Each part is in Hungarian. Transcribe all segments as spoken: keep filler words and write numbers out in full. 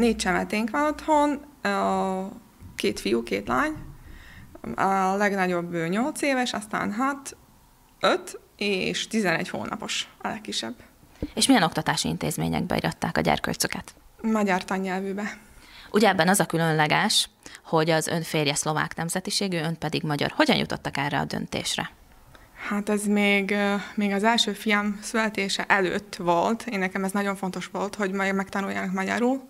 négy csemeténk van otthon, két fiú, két lány. A legnagyobb ő nyolc éves, aztán hat, öt és tizenegy hónapos a legkisebb. És milyen oktatási intézményekbe iratták a gyerkőcöket? Magyar tannyelvűbe. Ugye ebben az a különleges, hogy az ön férje szlovák nemzetiségű, ön pedig magyar. Hogyan jutottak erre a döntésre? Hát ez még, még az első fiam születése előtt volt. Én nekem ez nagyon fontos volt, hogy megtanuljanak magyarul.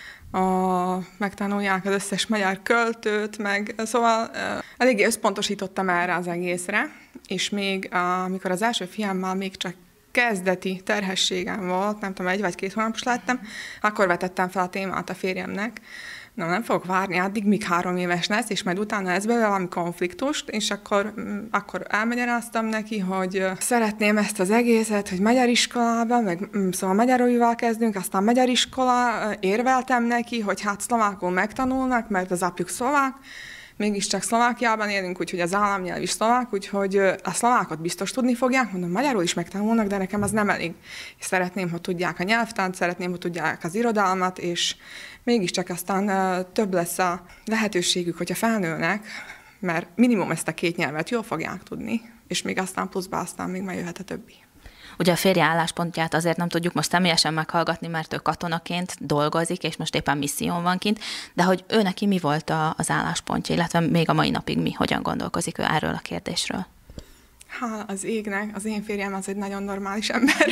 A, megtanulják az összes magyar költőt, meg szóval eléggé összpontosítottam erre az egészre, és még amikor az első fiammal még csak kezdeti terhességem volt, nem tudom, egy vagy két hónapos lettem, akkor vetettem fel a témát a férjemnek. No, nem fogok várni addig, míg három éves lesz, és majd utána lesz belőle valami konfliktust, és akkor, akkor elmagyaráztam neki, hogy szeretném ezt az egészet, hogy magyar iskolában, meg szóval magyarul kezdünk, aztán magyar iskola, érveltem neki, hogy hát szlovákul megtanulnak, mert az apjuk szlovák, mégiscsak Szlovákiában élünk, úgyhogy az államnyelv is szlovák, úgyhogy a szlovákot biztos tudni fogják, mondom, magyarul is megtanulnak, de nekem az nem elég. És szeretném, hogy tudják a nyelvtant, szeretném, hogy tudják az irodalmat, és mégiscsak aztán uh, több lesz a lehetőségük, hogyha felnőnek, mert minimum ezt a két nyelvet jól fogják tudni, és még aztán pluszba aztán még majd jöhet a többi. Ugye a férje álláspontját azért nem tudjuk most személyesen meghallgatni, mert ő katonaként dolgozik, és most éppen misszión van kint, de hogy ő neki mi volt a, az álláspontja, illetve még a mai napig mi, hogyan gondolkozik ő erről a kérdésről? Há, az égnek, az én férjem az egy nagyon normális ember.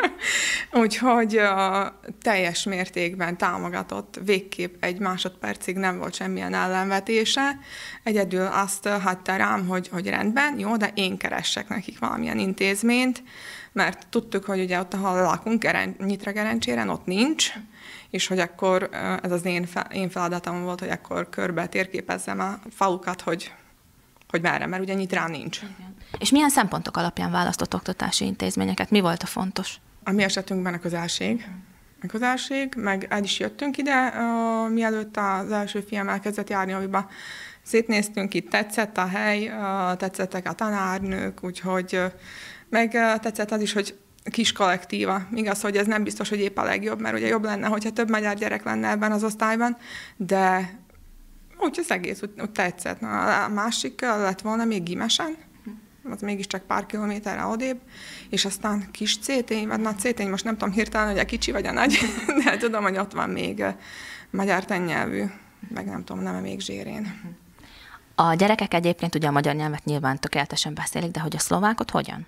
Úgyhogy uh, teljes mértékben támogatott, végképp egy másodpercig nem volt semmilyen ellenvetése. Egyedül azt hagyta rám, hogy, hogy rendben, jó, de én keressek nekik valamilyen intézményt, mert tudtuk, hogy ugye ott, ahol lakunk, Geren, Nyitra Gerencséren, ott nincs, és hogy akkor ez az én, fel, én feladatom volt, hogy akkor körbe térképezzem a falukat, hogy, hogy merre, mert ugye Nyitrán nincs. Igen. És milyen szempontok alapján választott oktatási intézményeket? Mi volt a fontos? A mi esetünkben a közelség. A közelség, meg el is jöttünk ide, uh, mielőtt az első fiam elkezdett járni, amiben szétnéztünk, itt tetszett a hely, uh, tetszettek a tanárnők, úgyhogy uh, meg uh, tetszett az is, hogy kis kollektíva. Igaz, hogy ez nem biztos, hogy épp a legjobb, mert ugye jobb lenne, hogyha több magyar gyerek lenne ebben az osztályban, de úgy az egész úgy, úgy tetszett. Na, a másik lett volna még Gimesen, az mégiscsak pár kilométerre odébb, és aztán kis Cétény, vagy nagy Cétény, most nem tudom hirtelen, hogy a kicsi vagy a nagy, de tudom, hogy ott van még magyar tannyelvű, meg nem tudom, nem még Zsérén. A gyerekek egyébként ugye a magyar nyelvet nyilván tökéletesen beszélik, de hogy a szlovákot hogyan?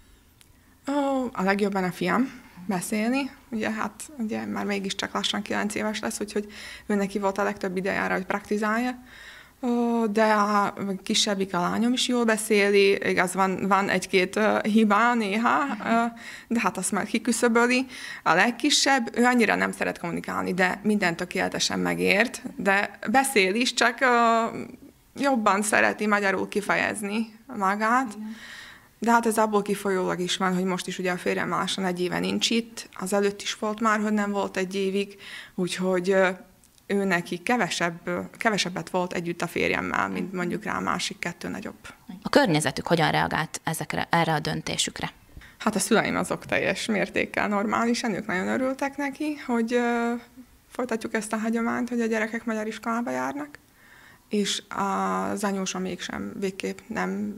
Ó, a legjobban a fiam beszélni, ugye hát ugye már mégiscsak lassan kilenc éves lesz, úgyhogy ő neki volt a legtöbb idejára, hogy praktizálja. De a kisebbik, a lányom is jól beszéli, igaz, van, van egy-két uh, hibá néha, uh, de hát azt már kiküszöböli. A legkisebb, ő annyira nem szeret kommunikálni, de mindent tökéletesen megért, de beszél is, csak uh, jobban szereti magyarul kifejezni magát. De hát ez abból kifolyólag is van, hogy most is ugye a férjem lassan egy éve nincs itt, az előtt is volt már, hogy nem volt egy évig, úgyhogy uh, ő neki kevesebb, kevesebbet volt együtt a férjemmel, mint mondjuk rá a másik kettő nagyobb. A környezetük hogyan reagált ezekre, erre a döntésükre? Hát a szüleim azok teljes mértékkel normálisan, ők nagyon örültek neki, hogy uh, folytatjuk ezt a hagyományt, hogy a gyerekek magyar iskolába járnak, és az anyósa mégsem végképp nem,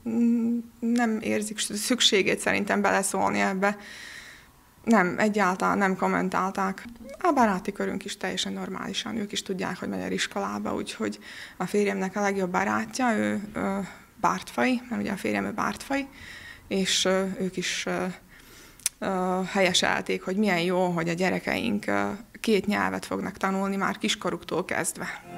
nem érzik szükségét szerintem beleszólni ebbe. Nem, egyáltalán nem kommentálták. A baráti körünk is teljesen normálisan, ők is tudják, hogy magyar iskolába, úgyhogy a férjemnek a legjobb barátja, ő, ő bártfai, mert ugye a férjem ő bártfai, és ö, ők is ö, ö, helyeselték, hogy milyen jó, hogy a gyerekeink ö, két nyelvet fognak tanulni már kiskoruktól kezdve.